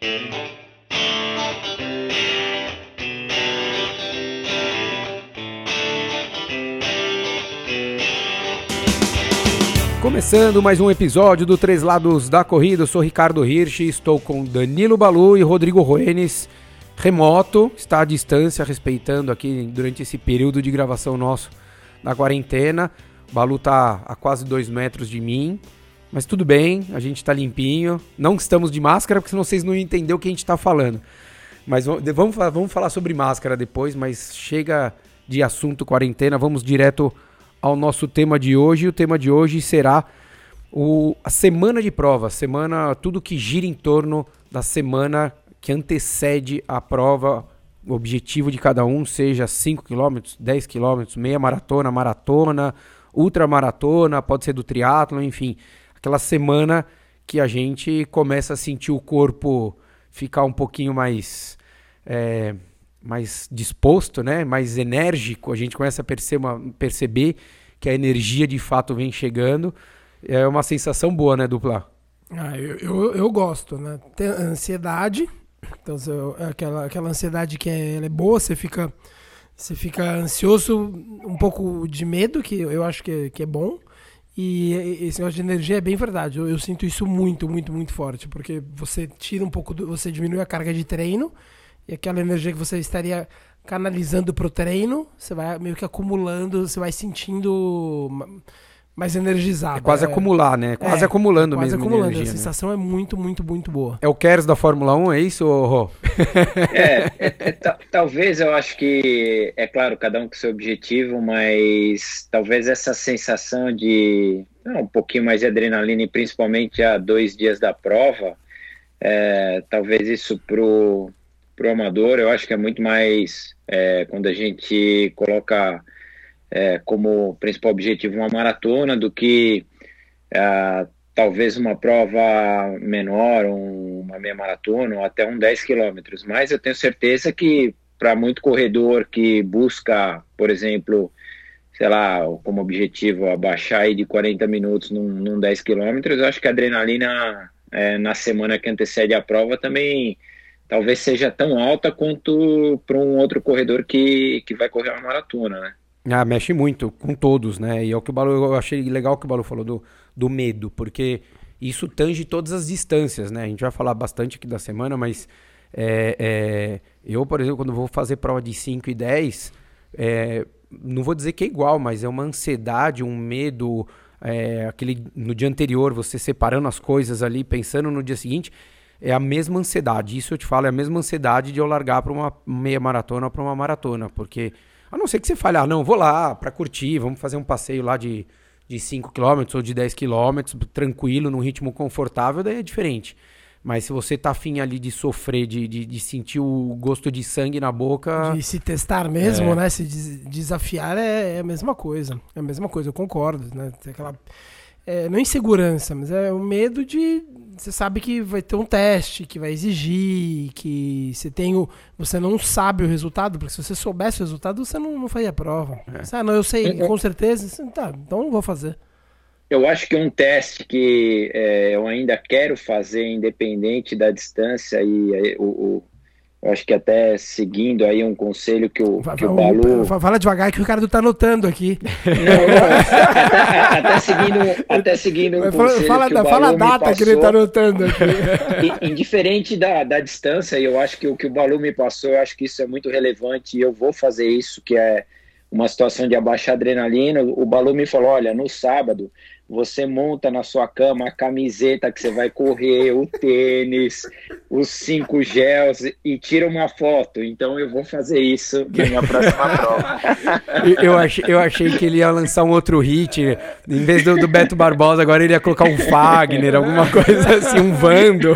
Começando mais um episódio do Três Lados da Corrida, eu sou Ricardo Hirsch, estou com Danilo Balu e Rodrigo Roenes, remoto, está à distância, respeitando aqui durante esse período de gravação nosso da quarentena. O Balu está a quase 2 metros de mim, mas tudo bem, a gente está limpinho, não estamos de máscara, porque senão vocês não entenderam o que a gente está falando. Mas vamos falar sobre máscara depois, mas chega de assunto quarentena, vamos direto ao nosso tema de hoje. O tema de hoje será a semana de prova, tudo que gira em torno da semana que antecede a prova, o objetivo de cada um, seja 5 km, 10 km, meia maratona, maratona, ultramaratona, pode ser do triatlon, enfim, aquela semana que a gente começa a sentir o corpo ficar um pouquinho mais disposto, né? Mais enérgico, a gente começa a perceber que a energia de fato vem chegando. É uma sensação boa, né, Dupla? Eu gosto, né? Tem ansiedade, então aquela ansiedade que ela é boa, você fica ansioso, um pouco de medo, que eu acho que é bom. E esse negócio de energia é bem verdade. Eu sinto isso muito, muito, muito forte, porque você tira um pouco, você diminui a carga de treino, e aquela energia que você estaria canalizando pro treino, você vai meio que acumulando, você vai sentindo mais energizado. É quase acumular, né? Quase acumulando quase mesmo acumulando. energia. A sensação é muito, muito, muito boa. É o Kers da Fórmula 1, é isso, Rô? Talvez, eu acho que, é claro, cada um com seu objetivo, mas talvez essa sensação de um pouquinho mais de adrenalina, e principalmente a 2 dias da prova, talvez isso pro amador, eu acho que é muito mais quando a gente coloca como principal objetivo uma maratona do que talvez uma prova menor, uma meia maratona ou até 10 quilômetros. Mas eu tenho certeza que para muito corredor que busca, por exemplo, sei lá, como objetivo abaixar aí de 40 minutos num 10 quilômetros, eu acho que a adrenalina na semana que antecede a prova também talvez seja tão alta quanto para um outro corredor que vai correr uma maratona, né? Mexe muito com todos, né? E é o que o Balu, eu achei legal o que o Balu falou do medo, porque isso tange todas as distâncias, né? A gente vai falar bastante aqui da semana, mas eu, por exemplo, quando vou fazer prova de 5 e 10, não vou dizer que é igual, mas é uma ansiedade, um medo, no dia anterior, você separando as coisas ali, pensando no dia seguinte. É a mesma ansiedade, isso eu te falo, é a mesma ansiedade de eu largar para uma meia maratona ou para uma maratona, porque a não ser que você fale, não, vou lá para curtir, vamos fazer um passeio lá de 5 km ou de 10 km, tranquilo, num ritmo confortável, daí é diferente. Mas se você tá afim ali de sofrer, de sentir o gosto de sangue na boca... De se testar mesmo, né, se desafiar é a mesma coisa, eu concordo, né, tem aquela... não é insegurança, mas é o medo de... Você sabe que vai ter um teste, que vai exigir, que você não sabe o resultado, porque se você soubesse o resultado, você não faria a prova. Eu sei, com certeza, tá, então não vou fazer. Eu acho que um teste que eu ainda quero fazer, independente da distância, e eu acho que até seguindo aí um conselho que o Balu... Fala devagar que o Ricardo tá anotando aqui. até seguindo um conselho fala, que o Balu fala a data me passou, que ele tá anotando aqui. Indiferente da distância, eu acho que o que o Balu me passou, eu acho que isso é muito relevante e eu vou fazer isso, que é uma situação de abaixar a adrenalina. O Balu me falou, olha, no sábado... Você monta na sua cama a camiseta que você vai correr, o tênis, os 5 gels e tira uma foto. Então eu vou fazer isso na minha próxima prova. Eu achei que ele ia lançar um outro hit. Em vez do Beto Barbosa, agora ele ia colocar um Fagner, alguma coisa assim, um Vando.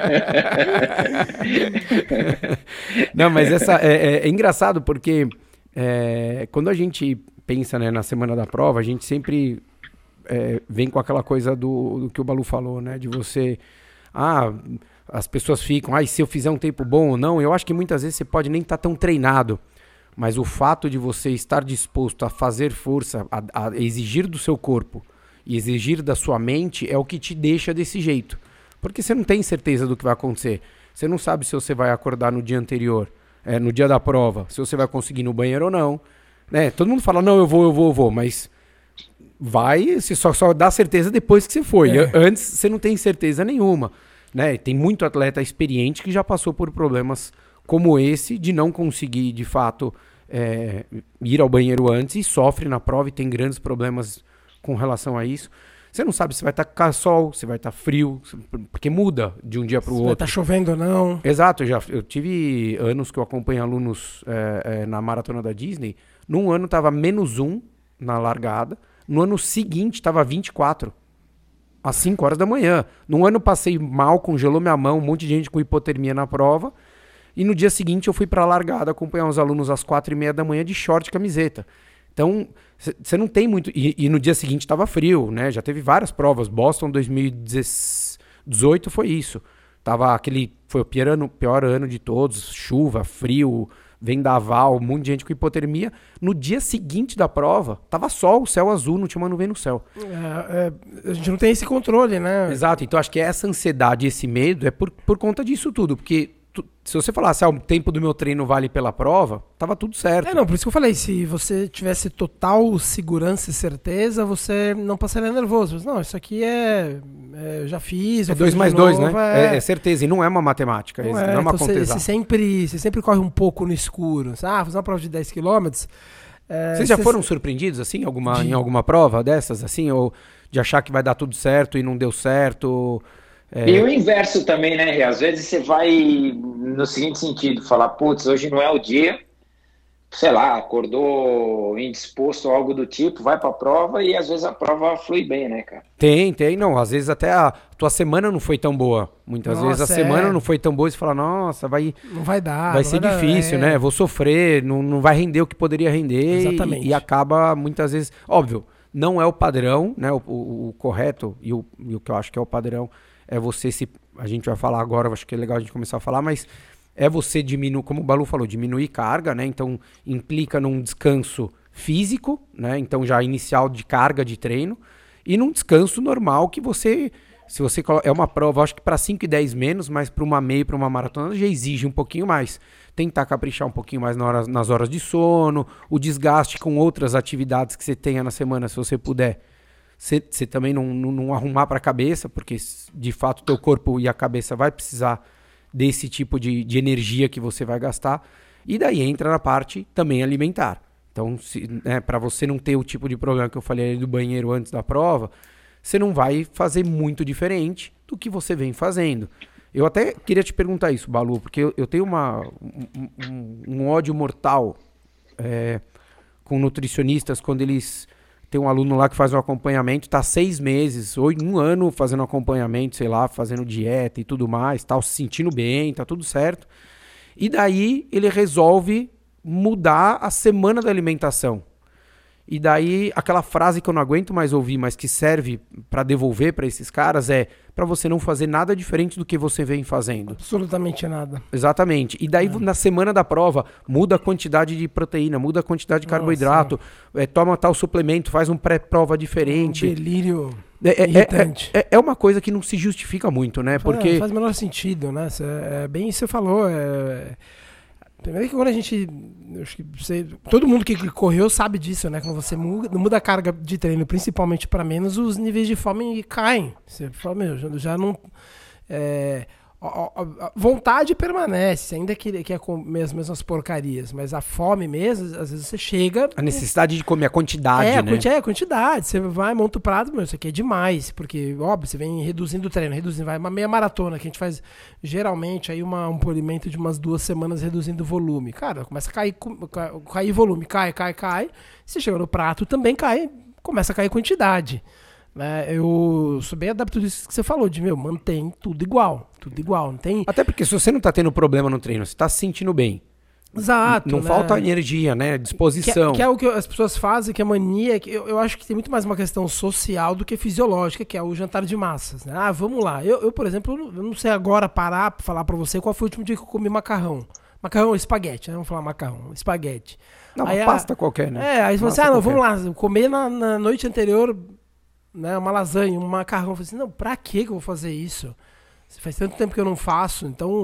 Não, mas é engraçado porque quando a gente pensa, né, na semana da prova, a gente sempre... vem com aquela coisa do que o Balu falou, né? De você... as pessoas ficam... se eu fizer um tempo bom ou não... Eu acho que muitas vezes você pode nem estar tão treinado. Mas o fato de você estar disposto a fazer força, a exigir do seu corpo e exigir da sua mente é o que te deixa desse jeito. Porque você não tem certeza do que vai acontecer. Você não sabe se você vai acordar no dia anterior, no dia da prova, se você vai conseguir ir no banheiro ou não. Né? Todo mundo fala, não, eu vou, mas você só dá certeza depois que você foi. Antes você não tem certeza nenhuma. Né? Tem muito atleta experiente que já passou por problemas como esse, de não conseguir, de fato, ir ao banheiro antes e sofre na prova e tem grandes problemas com relação a isso. Você não sabe se vai estar sol, se vai estar frio, porque muda de um dia para o outro. Se vai estar chovendo ou não. Exato, eu tive anos que eu acompanho alunos na maratona da Disney. Num ano estava -1 na largada, no ano seguinte estava 24, às 5 horas da manhã. Num ano passei mal, congelou minha mão, um monte de gente com hipotermia na prova. E no dia seguinte eu fui para a largada acompanhar os alunos às 4h30 da manhã de short e camiseta. Então, você não tem muito... E no dia seguinte estava frio, né? Já teve várias provas. Boston 2018 foi isso. Foi o pior ano de todos. Chuva, frio, vendaval, um monte de gente com hipotermia. No dia seguinte da prova, tava sol, céu azul, não tinha uma nuvem no céu. A gente não tem esse controle, né? Exato. Então, acho que essa ansiedade, esse medo é por conta disso tudo. Porque... se você falasse, o tempo do meu treino vale pela prova, tava tudo certo. Por isso que eu falei, se você tivesse total segurança e certeza, você não passaria nervoso. Mas, não, isso aqui eu já fiz. É 2 mais 2, né? É certeza, e não é uma matemática, não é uma conta exata. Você sempre corre um pouco no escuro. Fazer uma prova de 10 km... Vocês já foram surpreendidos, assim, em alguma prova dessas, assim, ou de achar que vai dar tudo certo e não deu certo... E o inverso também, né, Rê? Às vezes você vai no seguinte sentido, falar, putz, hoje não é o dia, sei lá, acordou indisposto ou algo do tipo, vai pra prova e às vezes a prova flui bem, né, cara? Tem, não, às vezes até a tua semana não foi tão boa. Muitas vezes a semana não foi tão boa e você fala, nossa, não vai dar. Vai ser difícil, né? Vou sofrer, não vai render o que poderia render. Exatamente. E acaba muitas vezes, óbvio, não é o padrão, né? O correto e o que eu acho que é o padrão é você a gente vai falar agora, acho que é legal a gente começar a falar, mas é você diminuir, como o Balu falou, diminuir carga, né? Então implica num descanso físico, né? Então já inicial de carga de treino e num descanso normal que se você é uma prova, acho que para 5 e 10 menos, mas para uma meia e para uma maratona já exige um pouquinho mais. Tentar caprichar um pouquinho mais nas horas de sono, o desgaste com outras atividades que você tenha na semana, se você puder. Você também não arrumar para a cabeça, porque de fato o teu corpo e a cabeça vai precisar desse tipo de energia que você vai gastar. E daí entra na parte também alimentar. Então, para você não ter o tipo de problema que eu falei ali do banheiro antes da prova, você não vai fazer muito diferente do que você vem fazendo. Eu até queria te perguntar isso, Balu, porque eu tenho um ódio mortal com nutricionistas quando eles... Tem um aluno lá que faz um acompanhamento, tá 6 meses ou 1 ano fazendo acompanhamento, sei lá, fazendo dieta e tudo mais, tá se sentindo bem, tá tudo certo. E daí ele resolve mudar a semana da alimentação. E daí aquela frase que eu não aguento mais ouvir, mas que serve para devolver para esses caras é para você não fazer nada diferente do que você vem fazendo. Absolutamente nada. Exatamente. E daí na semana da prova muda a quantidade de proteína, muda a quantidade de carboidrato, toma tal suplemento, faz um pré-prova diferente. Um delírio irritante. É uma coisa que não se justifica muito, né? Porque... Não faz o menor sentido, né? Bem isso que você falou. Primeiro que quando a gente... Acho que todo mundo que correu sabe disso, né? Quando você muda a carga de treino, principalmente para menos, os níveis de fome caem. Você fala, já não... A vontade permanece, ainda que é comer as mesmas porcarias, mas a fome mesmo, às vezes você chega... A necessidade de comer, a quantidade, né? A quantidade. Você vai, monta o prato, isso aqui é demais, porque, óbvio, você vem reduzindo o treino, vai uma meia maratona, que a gente faz geralmente aí um polimento de umas 2 semanas reduzindo o volume. Cara, começa a cair volume, cai, você chega no prato também cai, começa a cair quantidade. Eu sou bem adaptado disso que você falou, de mantém tudo igual, não tem... Até porque se você não tá tendo problema no treino, você tá se sentindo bem. Exato. Não falta energia, né? Disposição. Que é o que as pessoas fazem, que a mania, que eu acho que tem muito mais uma questão social do que fisiológica, que é o jantar de massas, né? Vamos lá. Eu, por exemplo, eu não sei agora parar pra falar pra você qual foi o último dia que eu comi macarrão. Macarrão ou espaguete, né? Vamos falar macarrão, espaguete. Não, aí, uma pasta qualquer, né? Aí você fala vamos lá, comer na noite anterior, né, uma lasanha, um macarrão. Eu falei assim, não, pra que eu vou fazer isso? Faz tanto tempo que eu não faço, então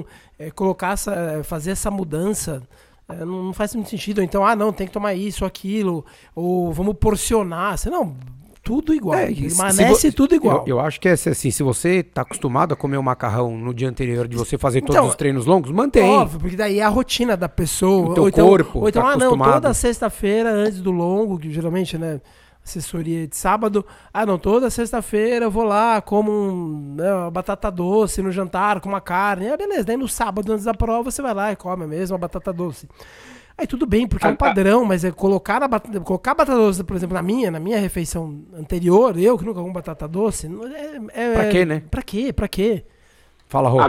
fazer essa mudança não faz muito sentido. Então, não, tem que tomar isso, aquilo, ou vamos porcionar. Não, tudo igual. Permanece tudo igual. Eu acho que assim, se você tá acostumado a comer o macarrão no dia anterior de você fazer todos os treinos longos, mantém. Óbvio, porque daí é a rotina da pessoa. O teu corpo ou então, tá acostumado. toda sexta-feira antes do longo, que geralmente, né, assessoria de sábado, toda sexta-feira eu vou lá, como uma batata doce no jantar, com uma carne, beleza, daí no sábado antes da prova você vai lá e come mesmo a batata doce. Aí tudo bem, porque é um padrão, mas colocar batata doce, por exemplo, na minha refeição anterior, eu que nunca como batata doce, pra quê, né? Pra quê? Fala, Rô.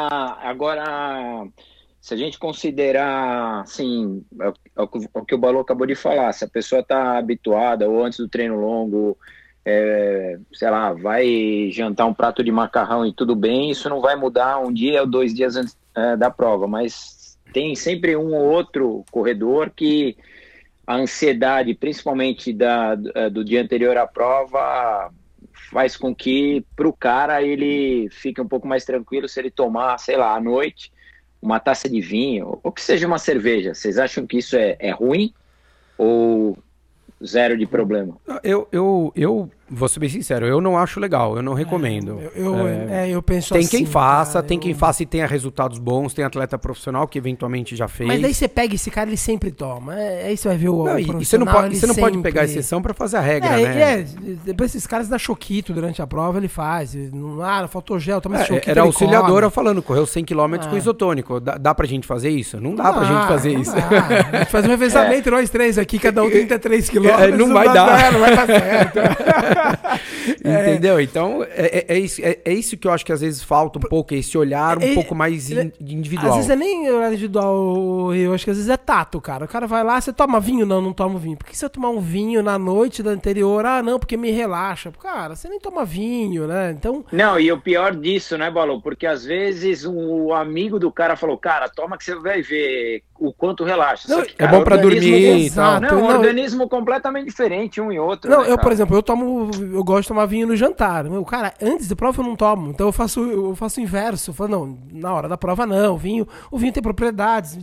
Agora, se a gente considerar, assim, o que o Balu acabou de falar, se a pessoa está habituada, ou antes do treino longo, sei lá, vai jantar um prato de macarrão e tudo bem, isso não vai mudar um dia ou 2 dias antes da prova, mas tem sempre um ou outro corredor que a ansiedade, principalmente do dia anterior à prova, faz com que para o cara ele fique um pouco mais tranquilo se ele tomar, sei lá, à noite, uma taça de vinho, ou que seja uma cerveja. Vocês acham que isso é ruim ou zero de problema? Eu vou ser bem sincero, eu não acho legal, eu não recomendo. Eu penso tem assim. Quem faça, tem quem faça e tenha resultados bons, tem atleta profissional que eventualmente já fez. Mas daí você pega esse cara, ele sempre toma. Aí você vai ver o e você não pode pegar a exceção pra fazer a regra, né? Depois esses caras dão choquito durante a prova, ele faz. Faltou gel, toma esse choquito. Era a auxiliadora falando, correu 100 km com isotônico. Dá pra gente fazer isso? Não dá pra gente fazer isso. A gente faz um revezamento, nós três aqui, cada um 33 km. Não vai dar. Não vai dar certo. Entendeu? Então, é isso que eu acho que às vezes falta um pouco, esse olhar um pouco mais individual. Às vezes é nem olhar individual, eu acho que às vezes é tato, cara. O cara vai lá, você toma vinho? Não tomo vinho. Por que você tomar um vinho na noite da anterior? Não, porque me relaxa. Cara, você nem toma vinho, né? Então... Não, e o pior disso, né, Balu? Porque às vezes o amigo do cara falou, cara, toma que você vai ver o quanto relaxa. Não, que, cara, é bom pra dormir e tal. Um organismo completamente diferente um e outro. Não, né, por exemplo, eu gosto de tomar vinho no jantar. Cara, antes da prova eu não tomo. Então eu faço o inverso. Eu falo, não, na hora da prova não. O vinho tem propriedades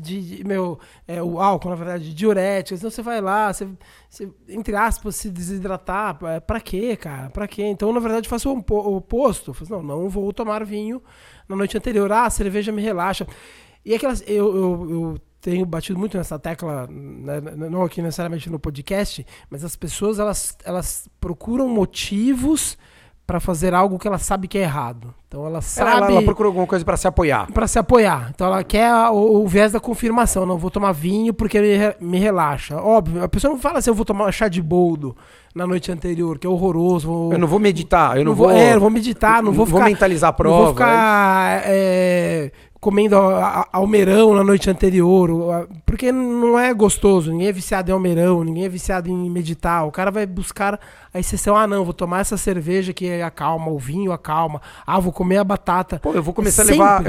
o álcool, na verdade, diuréticas. Então você vai lá, você, entre aspas, se desidratar. Pra quê, cara? Pra quê? Então, na verdade, eu faço o oposto. Eu falo, não vou tomar vinho na noite anterior. A cerveja me relaxa. E aquelas... Eu tenho batido muito nessa tecla, né, não aqui necessariamente no podcast, mas as pessoas elas procuram motivos para fazer algo que ela sabe que é errado. Então ela sabe... Ela procura alguma coisa para se apoiar. Para se apoiar. Então ela quer o viés da confirmação. Não vou tomar vinho porque me relaxa. Óbvio, a pessoa não fala assim, eu vou tomar chá de boldo na noite anterior, que é horroroso. Eu não vou meditar. Eu não vou meditar, não vou ficar... Vou mentalizar a prova. Não vou ficar... comendo almeirão na noite anterior, porque não é gostoso, ninguém é viciado em almeirão, ninguém é viciado em meditar, o cara vai buscar a exceção, não, vou tomar essa cerveja que acalma, o vinho acalma, vou comer a batata. Pô, eu vou começar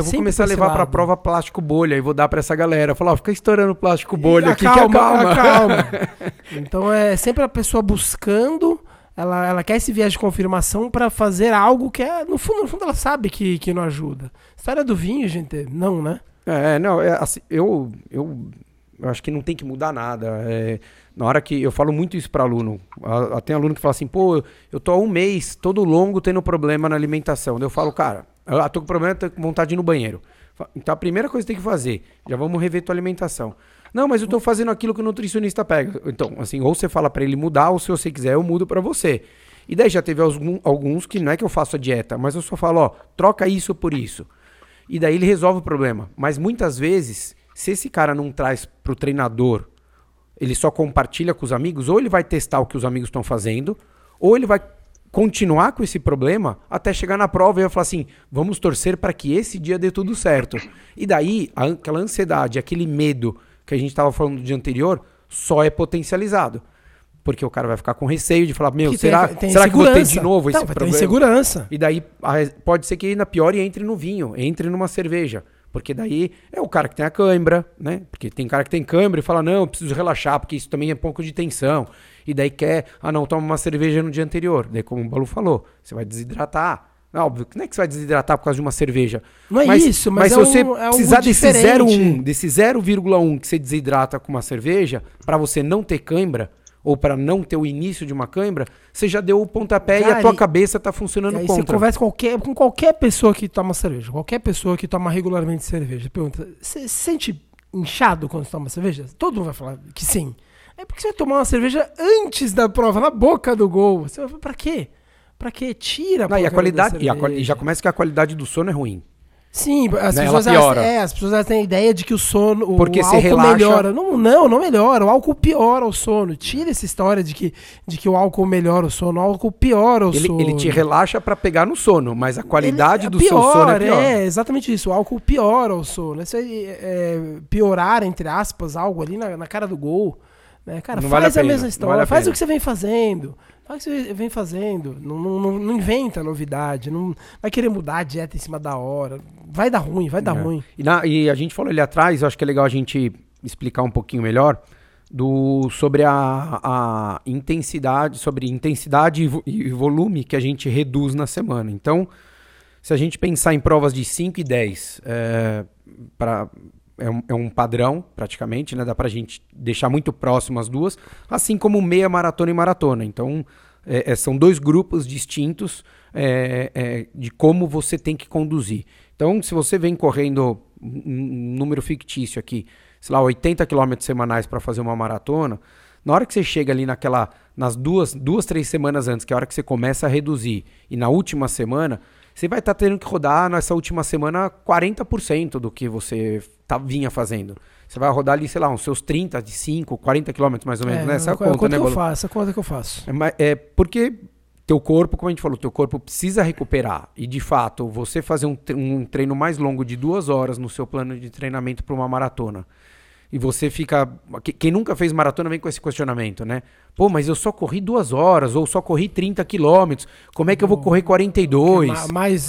a levar pra prova plástico bolha e vou dar pra essa galera, falar, fica estourando plástico bolha aqui que acalma. Então é sempre a pessoa buscando... Ela quer esse viés de confirmação pra fazer algo que no fundo ela sabe que não ajuda. História do vinho, gente, não, né? Assim, eu acho que não tem que mudar nada. Na hora que eu falo muito isso pra aluno, tem aluno que fala assim, pô, eu tô há 1 mês, todo longo, tendo problema na alimentação. Daí eu falo, cara, eu tô com problema, tô com vontade de ir no banheiro. Então a primeira coisa que tem que fazer, já vamos rever tua alimentação. Não, mas eu tô fazendo aquilo que o nutricionista pega. Então, assim, ou você fala pra ele mudar, ou se você quiser, eu mudo pra você. E daí já teve alguns que não é que eu faço a dieta, mas eu só falo, troca isso por isso. E daí ele resolve o problema. Mas muitas vezes, se esse cara não traz pro treinador, ele só compartilha com os amigos, ou ele vai testar o que os amigos estão fazendo, ou ele vai continuar com esse problema até chegar na prova e eu falar assim, vamos torcer para que esse dia dê tudo certo. E daí, aquela ansiedade, aquele medo que a gente estava falando no dia anterior, só é potencializado. Porque o cara vai ficar com receio de falar, será que vou ter de novo esse problema? Tem insegurança. E daí pode ser que ainda piore e entre no vinho, entre numa cerveja. Porque daí é o cara que tem a cãibra, né? Porque tem cara que tem cãibra e fala, não, eu preciso relaxar, porque isso também é pouco de tensão. E daí toma uma cerveja no dia anterior. Daí, como o Balu falou, você vai desidratar. Óbvio, não é que você vai desidratar por causa de uma cerveja. Não é isso, mas se você algo precisar desse diferente. 0,1, desse 0,1 que você desidrata com uma cerveja, para você não ter cãibra, ou para não ter o início de uma cãibra, você já deu o pontapé, cara, e a tua cabeça tá funcionando aí contra. Você conversa com qualquer pessoa que toma cerveja, qualquer pessoa que toma regularmente cerveja. Pergunta, você se sente inchado quando você toma cerveja? Todo mundo vai falar que sim. É porque você vai tomar uma cerveja antes da prova, na boca do gol. Você vai falar, pra quê? Pra quê? Tira e a qualidade, e já começa que a qualidade do sono é ruim. Sim, as né? pessoas as pessoas têm a ideia de que o sono, porque o se álcool relaxa... melhora. Não melhora. O álcool piora o sono. Tira essa história de que o álcool melhora o sono. O álcool piora o sono. Ele te relaxa pra pegar no sono, mas a qualidade do seu sono é pior. É, exatamente isso. O álcool piora o sono. Piorar, entre aspas, algo ali na cara do gol. Né? Cara, faz a mesma história. Faz o que você vem fazendo. Faz o que você vem fazendo. Não inventa novidade. Não vai querer mudar a dieta em cima da hora. Vai dar ruim, vai dar ruim. E a gente falou ali atrás, eu acho que é legal a gente explicar um pouquinho melhor sobre a intensidade, e volume que a gente reduz na semana. Então, se a gente pensar em provas de 5 e 10, é um padrão, praticamente, né? Dá pra gente deixar muito próximo as duas, assim como meia maratona e maratona. Então, são dois grupos distintos de como você tem que conduzir. Então, se você vem correndo um número fictício aqui, sei lá, 80 km semanais para fazer uma maratona, na hora que você chega ali nas 3 semanas antes, que é a hora que você começa a reduzir, e na última semana, você vai estar tendo que rodar nessa última semana 40% do que você vinha fazendo. Você vai rodar ali, sei lá, uns seus 35, 40 quilômetros mais ou menos, né? Essa conta, né, Balu? Essa conta que eu faço. Porque teu corpo, como a gente falou, teu corpo precisa recuperar. E, de fato, você fazer um treino mais longo de 2 horas no seu plano de treinamento para uma maratona, e você fica... Quem nunca fez maratona vem com esse questionamento, né? Pô, mas eu só corri 2 horas, ou só corri 30 quilômetros. Como é que eu vou correr 42?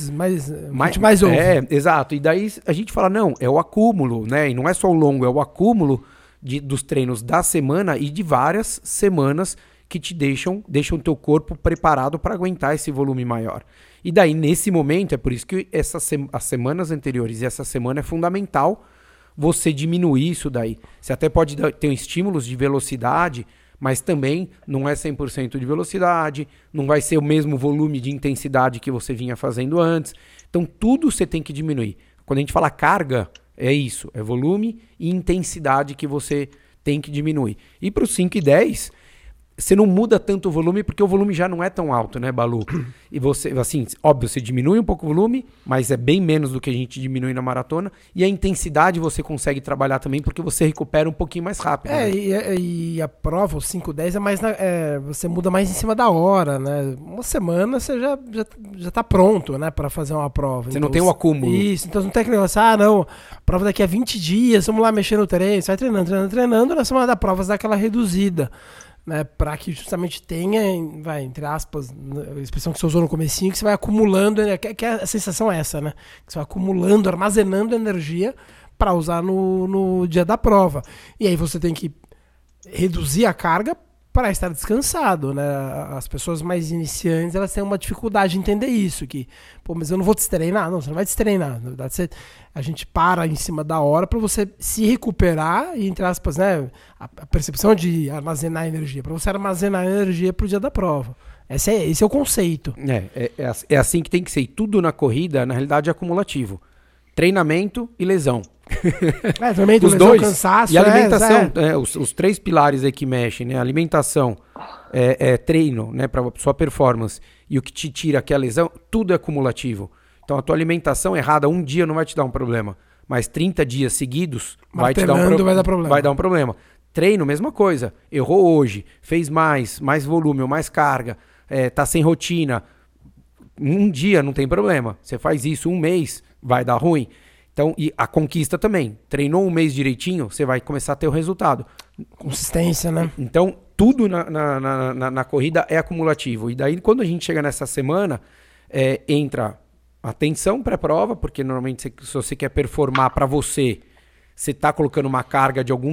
Mais ouve. Exato. E daí a gente fala, não, é o acúmulo, né? E não é só o longo, é o acúmulo dos treinos da semana e de várias semanas que te deixam o teu corpo preparado para aguentar esse volume maior. E daí, nesse momento, é por isso que as semanas anteriores e essa semana é fundamental você diminuir isso daí. Você até pode ter estímulos de velocidade, mas também não é 100% de velocidade, não vai ser o mesmo volume de intensidade que você vinha fazendo antes. Então tudo você tem que diminuir. Quando a gente fala carga, é isso, é volume e intensidade que você tem que diminuir. E para os 5 e 10, você não muda tanto o volume, porque o volume já não é tão alto, né, Balu? E você, assim, óbvio, você diminui um pouco o volume, mas é bem menos do que a gente diminui na maratona. E a intensidade você consegue trabalhar também, porque você recupera um pouquinho mais rápido. Né? E a prova, o 5, 10, é mais você muda mais em cima da hora, né? Uma semana você já tá pronto, né, para fazer uma prova. Você então, não tem o acúmulo. Isso, então não tem aquele negócio, não, prova daqui a 20 dias, vamos lá mexer no treino, você vai treinando, na semana da prova você dá aquela reduzida. Né, para que justamente tenha, entre aspas, a expressão que você usou no comecinho, que você vai acumulando, que a sensação é essa, né? Que você vai acumulando, armazenando energia para usar no dia da prova. E aí você tem que reduzir a carga para estar descansado, né? As pessoas mais iniciantes, elas têm uma dificuldade de entender isso, que, pô, mas eu não vou te treinar. Não, você não vai te treinar. Na verdade, a gente para em cima da hora para você se recuperar e, entre aspas, né, a percepção de armazenar energia, para você armazenar energia para o dia da prova. Esse é o conceito. É assim que tem que ser. E tudo na corrida, na realidade, é acumulativo. Treinamento e lesão. Treinamento, os lesão, dois. cansaço. E a alimentação, os 3 pilares aí que mexem, né? Alimentação, treino, né, para sua performance, e o que te tira, que é a lesão, tudo é acumulativo. Então a tua alimentação errada um dia não vai te dar um problema, mas 30 dias seguidos vai dar um problema. Treino, mesma coisa. Errou hoje, fez mais volume ou mais carga, tá sem rotina. Um dia não tem problema. Você faz isso um mês, vai dar ruim. Então, e a conquista também. Treinou um mês direitinho, você vai começar a ter o resultado. Consistência, né? Então, tudo na corrida é acumulativo. E daí, quando a gente chega nessa semana, entra a tensão pré-prova, porque normalmente se você quer performar para você está colocando uma carga de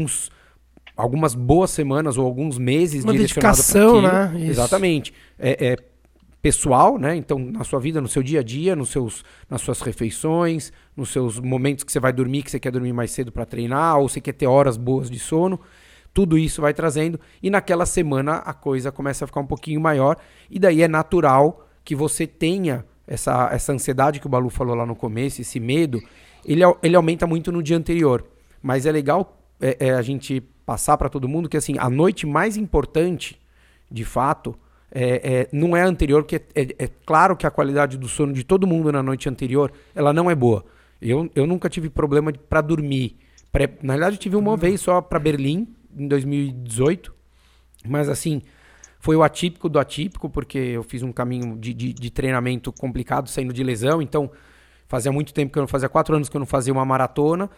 algumas boas semanas ou alguns meses uma direcionado para dedicação, né? Isso. Exatamente. pessoal, né? Então, na sua vida, no seu dia a dia, nas suas refeições, nos seus momentos que você vai dormir, que você quer dormir mais cedo para treinar, ou você quer ter horas boas de sono. Tudo isso vai trazendo, e naquela semana a coisa começa a ficar um pouquinho maior, e daí é natural que você tenha essa ansiedade que o Balu falou lá no começo, esse medo, ele aumenta muito no dia anterior. Mas é legal a gente passar para todo mundo que assim, a noite mais importante, de fato, não é a anterior, porque é claro que a qualidade do sono de todo mundo na noite anterior, ela não é boa. Eu nunca tive problema para dormir. Na realidade, eu tive uma vez só para Berlim, em 2018, mas assim, foi o atípico do atípico, porque eu fiz um caminho de treinamento complicado, saindo de lesão, então fazia muito tempo que eu não fazia, 4 anos que eu não fazia uma maratona,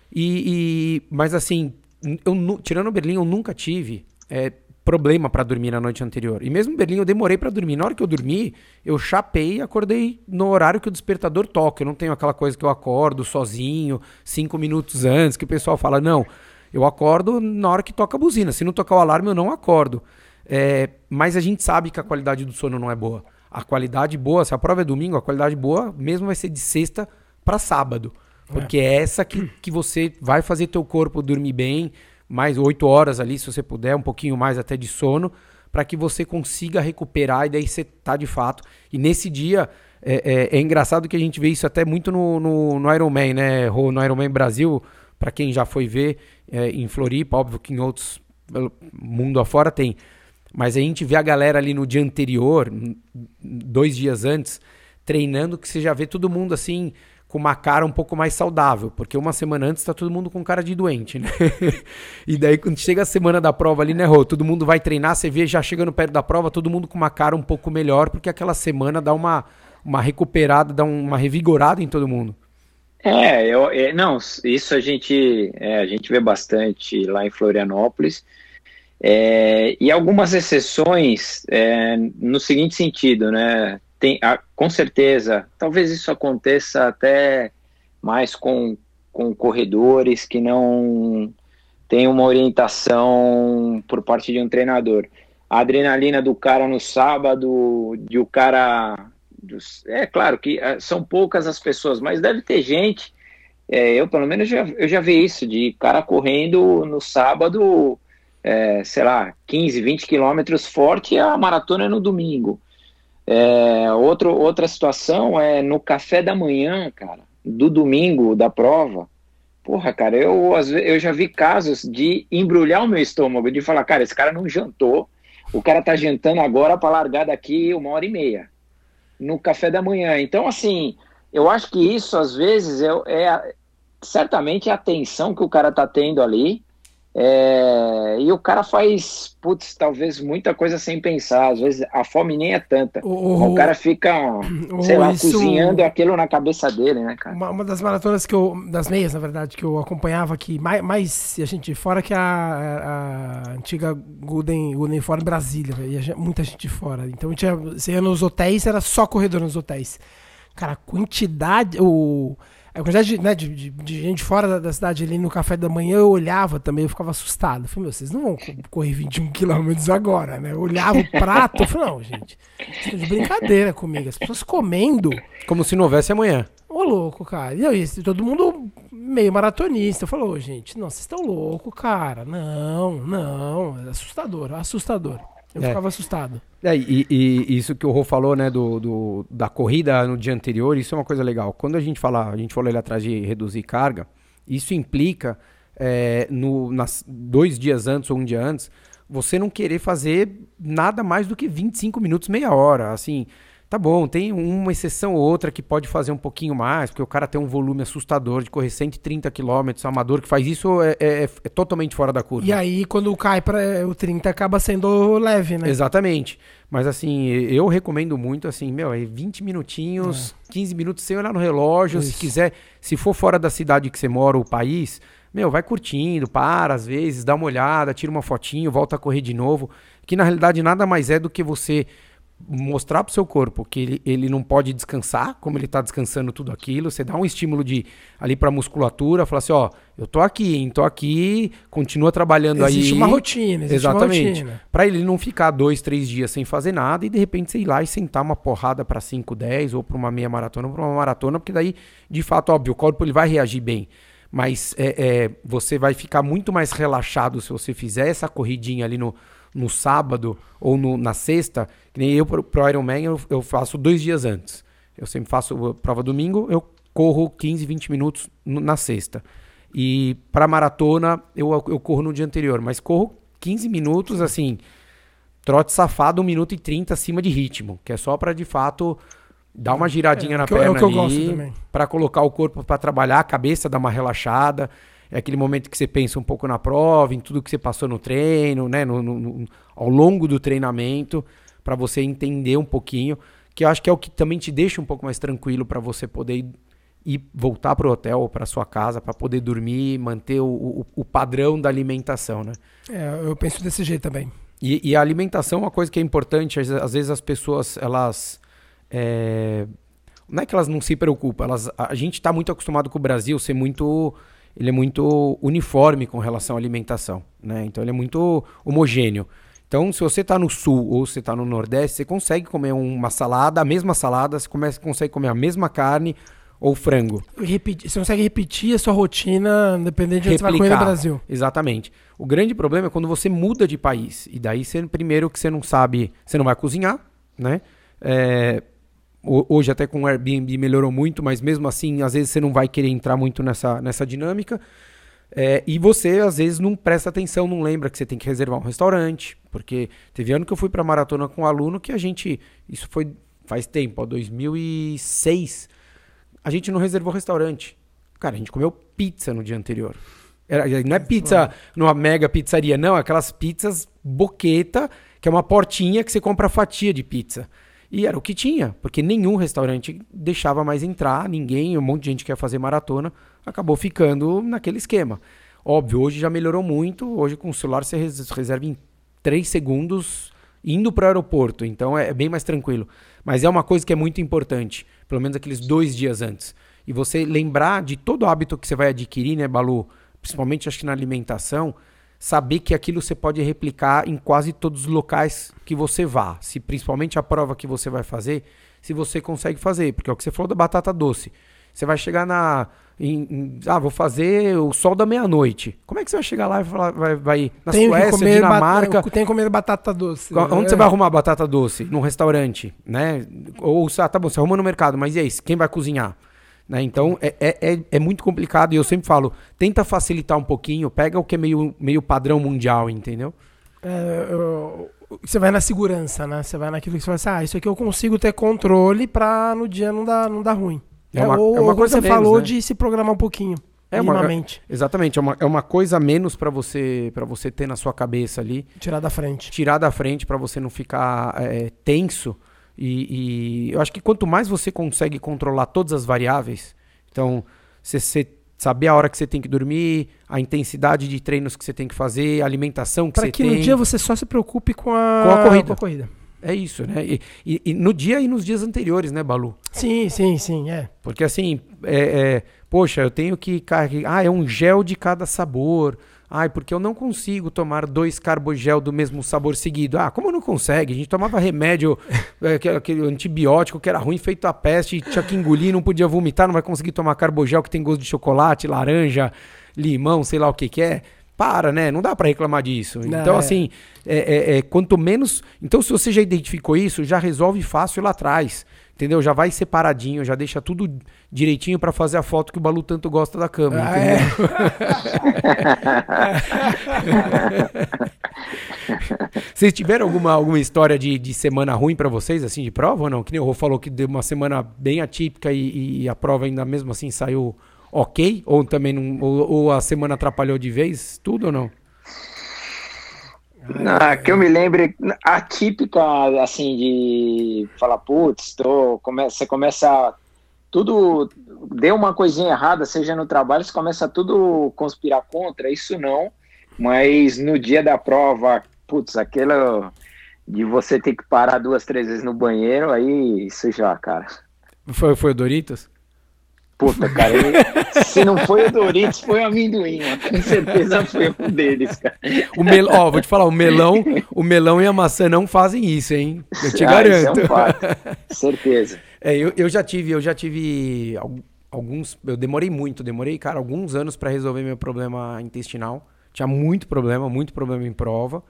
mas assim, tirando Berlim, eu nunca tive problema para dormir na noite anterior, e mesmo Berlim eu demorei para dormir, na hora que eu dormi, eu chapei e acordei no horário que o despertador toca, eu não tenho aquela coisa que eu acordo sozinho, 5 minutos antes, que o pessoal fala, não, eu acordo na hora que toca a buzina. Se não tocar o alarme, eu não acordo. Mas a gente sabe que a qualidade do sono não é boa. A qualidade boa, se a prova é domingo, a qualidade boa mesmo vai ser de sexta para sábado. Porque é essa que você vai fazer teu corpo dormir bem, mais 8 horas ali, se você puder, um pouquinho mais até de sono, para que você consiga recuperar e daí você tá de fato. E nesse dia, é engraçado que a gente vê isso até muito no Ironman, né? No Ironman Brasil, para quem já foi ver em Floripa, óbvio que em outros mundo afora tem, mas a gente vê a galera ali no dia anterior, 2 dias antes, treinando, que você já vê todo mundo assim, com uma cara um pouco mais saudável, porque uma semana antes tá todo mundo com cara de doente, né? E daí quando chega a semana da prova ali, né, Rô? Todo mundo vai treinar, você vê já chegando perto da prova, todo mundo com uma cara um pouco melhor, porque aquela semana dá uma recuperada, dá uma revigorada em todo mundo. Não, isso a gente vê bastante lá em Florianópolis, e algumas exceções no seguinte sentido, né? Com certeza, talvez isso aconteça até mais com corredores que não têm uma orientação por parte de um treinador. A adrenalina do cara no sábado, é claro que são poucas as pessoas, mas deve ter gente, eu pelo menos eu já vi isso, de cara correndo no sábado, sei lá, 15, 20 quilômetros forte, e a maratona é no domingo. Outra situação é no café da manhã, cara, do domingo da prova. Porra, cara, eu já vi casos de embrulhar o meu estômago, de falar, cara, esse cara não jantou, o cara tá jantando agora para largar daqui 1h30 no café da manhã. Então, assim, eu acho que isso, às vezes, certamente a atenção que o cara tá tendo ali, e o cara faz, talvez muita coisa sem pensar, às vezes a fome nem é tanta, o cara fica, sei lá, cozinhando aquilo na cabeça dele, né, cara? Uma das maratonas das meias, na verdade, que eu acompanhava aqui, mais a gente fora que a antiga Golden Forum Brasília, ia muita gente fora, então você ia nos hotéis, era só corredor nos hotéis, cara, a quantidade de gente fora da cidade ali no café da manhã, eu olhava também, eu ficava assustado. Eu falei, vocês não vão correr 21 quilômetros agora, né? Eu olhava o prato, eu falei, não, gente, vocês estão de brincadeira comigo. As pessoas comendo. Como se não houvesse amanhã. Ô, louco, cara. E todo mundo meio maratonista. Eu falei, gente, não, vocês estão loucos, cara. Não. Assustador. Eu ficava assustado. E isso que o Rô falou, né, da corrida no dia anterior, isso é uma coisa legal. Quando a gente falou ali atrás de reduzir carga, isso implica, 2 dias antes ou 1 dia antes, você não querer fazer nada mais do que 25 minutos, meia hora, assim. Tá bom, tem uma exceção ou outra que pode fazer um pouquinho mais, porque o cara tem um volume assustador de correr 130 km, amador que faz isso é totalmente fora da curva. E aí, quando cai para o 30, acaba sendo leve, né? Exatamente. Mas assim, eu recomendo muito, assim, 20 minutinhos, 15 minutos sem olhar no relógio, isso. Se quiser, se for fora da cidade que você mora, o país, vai curtindo, para às vezes, dá uma olhada, tira uma fotinho, volta a correr de novo, que na realidade nada mais é do que você mostrar pro seu corpo que ele não pode descansar, como ele tá descansando tudo aquilo, você dá um estímulo ali pra musculatura, falar assim, ó, eu tô aqui, continua trabalhando aí. Existe uma rotina, exatamente. Pra ele não ficar 2, 3 dias sem fazer nada e de repente você ir lá e sentar uma porrada pra 5, 10 ou pra uma meia maratona ou pra uma maratona, porque daí, de fato, óbvio, o corpo ele vai reagir bem. Mas você vai ficar muito mais relaxado se você fizer essa corridinha ali no sábado ou na sexta, que nem eu pro Ironman eu faço 2 dias antes. Eu sempre faço prova domingo, eu corro 15, 20 minutos na sexta. E pra maratona eu corro no dia anterior, mas corro 15 minutos, assim, trote safado, 1 minuto e 30 acima de ritmo, que é só pra de fato dar uma giradinha na perna que eu gosto também. Pra colocar o corpo pra trabalhar, a cabeça dar uma relaxada. É aquele momento que você pensa um pouco na prova, em tudo que você passou no treino, né? Ao longo do treinamento, para você entender um pouquinho, que eu acho que é o que também te deixa um pouco mais tranquilo para você poder ir voltar para o hotel ou para sua casa, para poder dormir, manter o padrão da alimentação, né? Eu penso desse jeito também. E a alimentação é uma coisa que é importante, às vezes as pessoas, elas... não é que elas não se preocupam, a gente está muito acostumado com o Brasil ser muito... Ele é muito uniforme com relação à alimentação, né? Então ele é muito homogêneo. Então se você está no sul ou você está no nordeste, você consegue comer uma salada, a mesma salada, você consegue comer a mesma carne ou frango. Você consegue repetir a sua rotina, independente de onde você vai comer no Brasil. Exatamente. O grande problema é quando você muda de país. E daí, primeiro que você não sabe, você não vai cozinhar, né? Hoje até com o Airbnb melhorou muito, mas mesmo assim, às vezes você não vai querer entrar muito nessa dinâmica. E você, às vezes, não presta atenção, não lembra que você tem que reservar um restaurante. Porque teve ano que eu fui pra maratona com um aluno que isso foi faz tempo, 2006, a gente não reservou restaurante. Cara, a gente comeu pizza no dia anterior. Não é pizza numa mega pizzaria, não, é aquelas pizzas boqueta, que é uma portinha que você compra fatia de pizza. E era o que tinha, porque nenhum restaurante deixava mais entrar, um monte de gente que ia fazer maratona, acabou ficando naquele esquema. Óbvio, hoje já melhorou muito, hoje com o celular você reserva em 3 segundos indo para o aeroporto, então é bem mais tranquilo. Mas é uma coisa que é muito importante, pelo menos aqueles 2 dias antes. E você lembrar de todo o hábito que você vai adquirir, né, Balu? Principalmente acho que na alimentação, saber que aquilo você pode replicar em quase todos os locais que você vá. Principalmente a prova que você vai fazer, se você consegue fazer. Porque é o que você falou da batata doce. Você vai chegar vou fazer o sol da meia-noite. Como é que você vai chegar lá e vai na Suécia, Dinamarca? Tem que comer batata doce. Onde você vai arrumar batata doce? Num restaurante, né? Ou, tá bom, você arruma no mercado, mas e aí? Quem vai cozinhar? Né? Então é muito complicado e eu sempre falo, tenta facilitar um pouquinho, pega o que é meio padrão mundial, entendeu? Você vai na segurança, né? Você vai naquilo que você fala assim, isso aqui eu consigo ter controle pra no dia não dar ruim. É uma coisa você menos, falou, né? De se programar um pouquinho, minimamente. Exatamente, é uma coisa a menos pra você ter na sua cabeça ali. Tirar da frente pra você não ficar tenso. E eu acho que quanto mais você consegue controlar todas as variáveis, então você saber a hora que você tem que dormir, a intensidade de treinos que você tem que fazer, a alimentação que você tem. Para que no dia você só se preocupe com a corrida. É isso, né? E no dia e nos dias anteriores, né, Balu? Sim. Porque assim, poxa, eu tenho que carregar, é um gel de cada sabor. Porque eu não consigo tomar 2 carbogel do mesmo sabor seguido. Como não consegue? A gente tomava remédio, aquele antibiótico que era ruim, feito a peste, tinha que engolir, não podia vomitar, não vai conseguir tomar carbogel que tem gosto de chocolate, laranja, limão, sei lá o que é. Para, né? Não dá pra reclamar disso. Então, assim, quanto menos... Então, se você já identificou isso, já resolve fácil lá atrás. Entendeu? Já vai separadinho, já deixa tudo direitinho pra fazer a foto que o Balu tanto gosta da cama, entendeu? Vocês tiveram alguma história de semana ruim pra vocês, assim, de prova ou não? Que nem o Rô falou que deu uma semana bem atípica e a prova ainda mesmo assim saiu ok? Ou também não, ou a semana atrapalhou de vez? Tudo ou não? Que eu me lembre, atípica, assim, de falar, putz, você começa, tudo, deu uma coisinha errada, seja no trabalho, você começa tudo conspirar contra, isso não, mas no dia da prova, putz, de você ter que parar 2, 3 vezes no banheiro, aí isso já, cara. Foi o Doritos? Puta, cara, se não foi o Doritos, foi o amendoim, mano. Com certeza foi um deles, cara. Vou te falar, o melão e a maçã não fazem isso, hein? Eu te Isso garanto. é um fato, certeza. Eu já tive alguns, eu demorei, cara, alguns anos para resolver meu problema intestinal. Tinha muito problema em prova.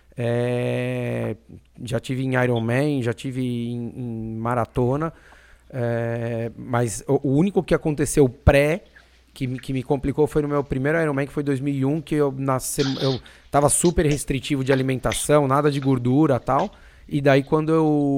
Já tive em Ironman, já tive em maratona. Mas o único que aconteceu que me complicou foi no meu primeiro Ironman, que foi 2001, que eu tava super restritivo de alimentação, nada de gordura e tal. E daí quando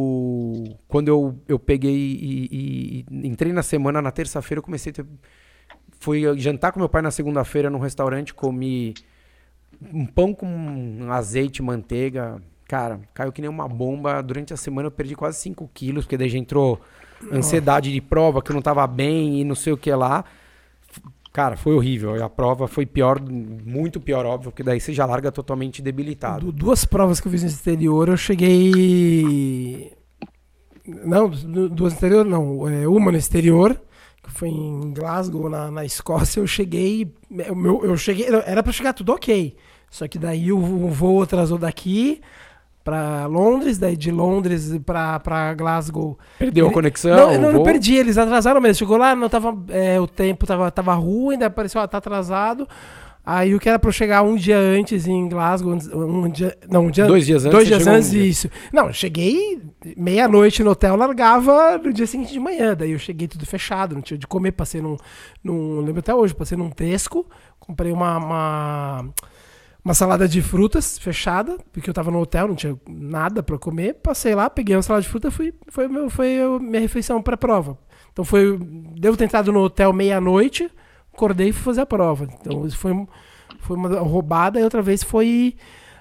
eu peguei e entrei na semana, na terça-feira eu comecei fui jantar com meu pai na segunda-feira num restaurante, comi um pão com azeite, manteiga. Cara, caiu que nem uma bomba. Durante a semana eu perdi quase 5 quilos, porque daí já entrou ansiedade de prova, que eu não tava bem e não sei o que lá. Cara, foi horrível. A prova foi pior, muito pior, óbvio, porque daí você já larga totalmente debilitado. 2 provas que eu fiz no exterior, eu cheguei... Não, 2 no exterior, não. Uma no exterior, que foi em Glasgow, na Escócia. Eu cheguei... Era pra chegar tudo ok. Só que daí o voo atrasou daqui pra Londres, daí de Londres pra Glasgow. Perdeu a conexão? Não perdi, eles atrasaram mesmo. Chegou lá, não tava, o tempo tava ruim, daí apareceu, tá atrasado. Aí o que era pra eu chegar um dia antes em Glasgow, 2 dias antes? 2 dias antes, isso. Não, eu cheguei meia-noite no hotel, largava no dia seguinte de manhã. Daí eu cheguei tudo fechado, não tinha de comer, passei não lembro até hoje, passei num Tesco, comprei uma salada de frutas fechada, porque eu tava no hotel, não tinha nada pra comer. Passei lá, peguei uma salada de fruta, foi a minha refeição pré-prova. Então devo ter entrado no hotel meia-noite, acordei e fui fazer a prova. Então isso foi uma roubada, e outra vez foi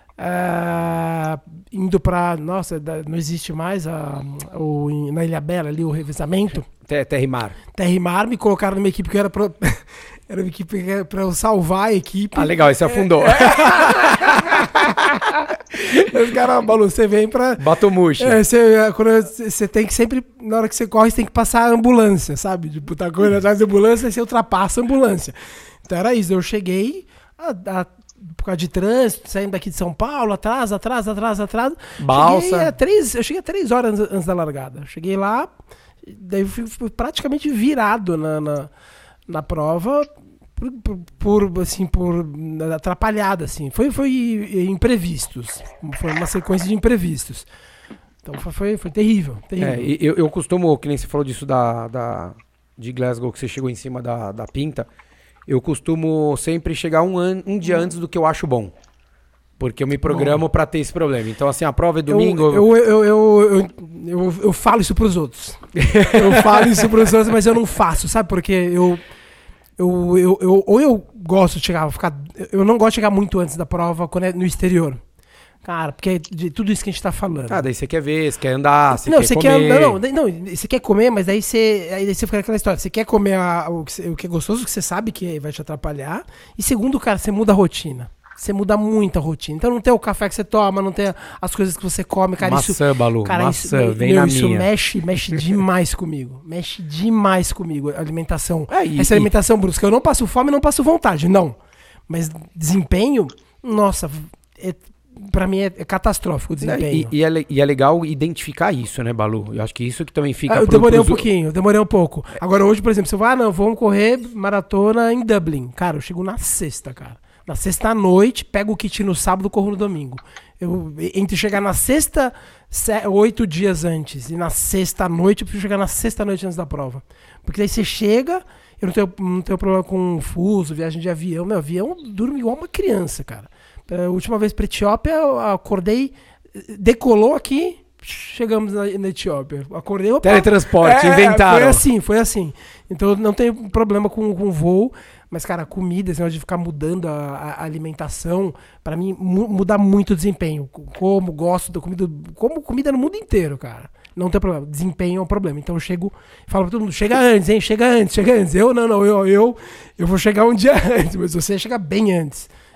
indo pra... Nossa, não existe mais na Ilhabela ali o revezamento. Terra e Mar. Terra e Mar, me colocaram numa equipe que era era uma equipe pra eu salvar a equipe. Ah, legal, esse afundou. Os caras, Balu, você vem pra... Batomushi. Você tem que sempre, na hora que você corre, você tem que passar a ambulância, sabe? Tipo, tá correndo atrás da ambulância, você ultrapassa a ambulância. Então era isso, eu cheguei, por causa de trânsito, saindo daqui de São Paulo, atrás. Balsa. Eu cheguei a 3 horas antes da largada. Cheguei lá, daí eu fui praticamente virado na prova por atrapalhada, assim. Foi imprevistos. Foi uma sequência de imprevistos. Então foi terrível. Eu costumo, que nem você falou disso de Glasgow, que você chegou em cima da pinta, eu costumo sempre chegar um dia antes do que eu acho bom. Porque eu me programo pra ter esse problema. Então, assim, a prova é domingo... Eu falo isso pros outros. Mas eu não faço, sabe? Porque eu gosto de chegar... Eu não gosto de chegar muito antes da prova quando é no exterior. Cara, porque é de tudo isso que a gente tá falando. Daí você quer ver, você quer andar, você quer comer. Não, você quer comer, mas daí você fica naquela história. Você quer comer o que é gostoso, que você sabe que vai te atrapalhar. E segundo, cara, você muda a rotina. Você muda muito a rotina. Então não tem o café que você toma, não tem as coisas que você come, cara. Maçã, Balu, cara, maçã, vem na isso minha. Mexe demais comigo. Mexe demais comigo a alimentação. Essa alimentação brusca. Eu não passo fome, não passo vontade, não. Mas desempenho, nossa, pra mim é catastrófico o desempenho. E é legal identificar isso, né, Balu? Eu acho que isso que também fica... eu demorei um pouco. Agora hoje, por exemplo, se eu vou, vamos correr maratona em Dublin. Cara, eu chego na sexta, cara. Na sexta à noite, pego o kit no sábado, corro no domingo. Entre chegar na sexta, 8 dias antes, e na sexta à noite, eu preciso chegar na sexta noite antes da prova. Porque daí você chega, eu não tenho problema com fuso, viagem de avião. Meu avião durmo igual uma criança, cara. A última vez pra Etiópia, eu acordei, decolou aqui, chegamos na Etiópia. Acordei, opa, teletransporte, inventaram. Foi assim. Então não tenho problema com voo. Mas, cara, a comida, esse negócio de ficar mudando a alimentação, pra mim, muda muito o desempenho. Como gosto da comida, como comida no mundo inteiro, cara. Não tem problema. Desempenho é um problema. Então eu chego e falo pra todo mundo, chega antes, hein? Chega antes. Eu vou chegar um dia antes, mas você chega bem antes.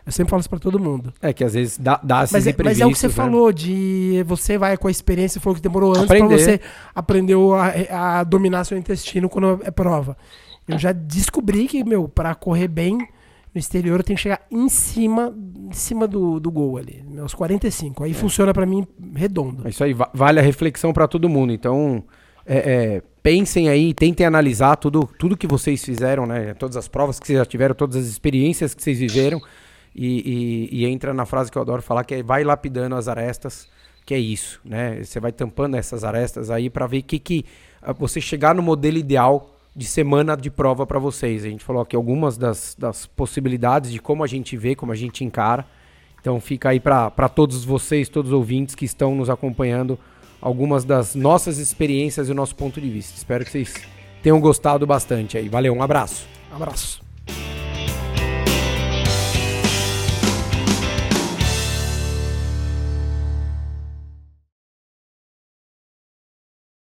Eu sempre falo isso pra todo mundo. Que às vezes dá esses Mas imprevistos, é o que você né? falou, de você vai com a experiência, falou que demorou anos pra Aprender. você aprender a dominar seu intestino quando é prova. Eu já descobri que, pra correr bem no exterior, eu tenho que chegar em cima do gol ali, meus 45. Aí funciona pra mim redondo. É isso aí, vale a reflexão para todo mundo. Então, pensem aí, tentem analisar tudo que vocês fizeram, né? Todas as provas que vocês já tiveram, todas as experiências que vocês viveram. E entra na frase que eu adoro falar, que é vai lapidando as arestas, que é isso, né? Você vai tampando essas arestas aí para ver que você chegar no modelo ideal de semana de prova para vocês. A gente falou aqui algumas das possibilidades de como a gente vê, como a gente encara. Então fica aí para todos vocês, todos os ouvintes que estão nos acompanhando, algumas das nossas experiências e o nosso ponto de vista. Espero que vocês tenham gostado bastante aí. Valeu, um abraço. Abraço.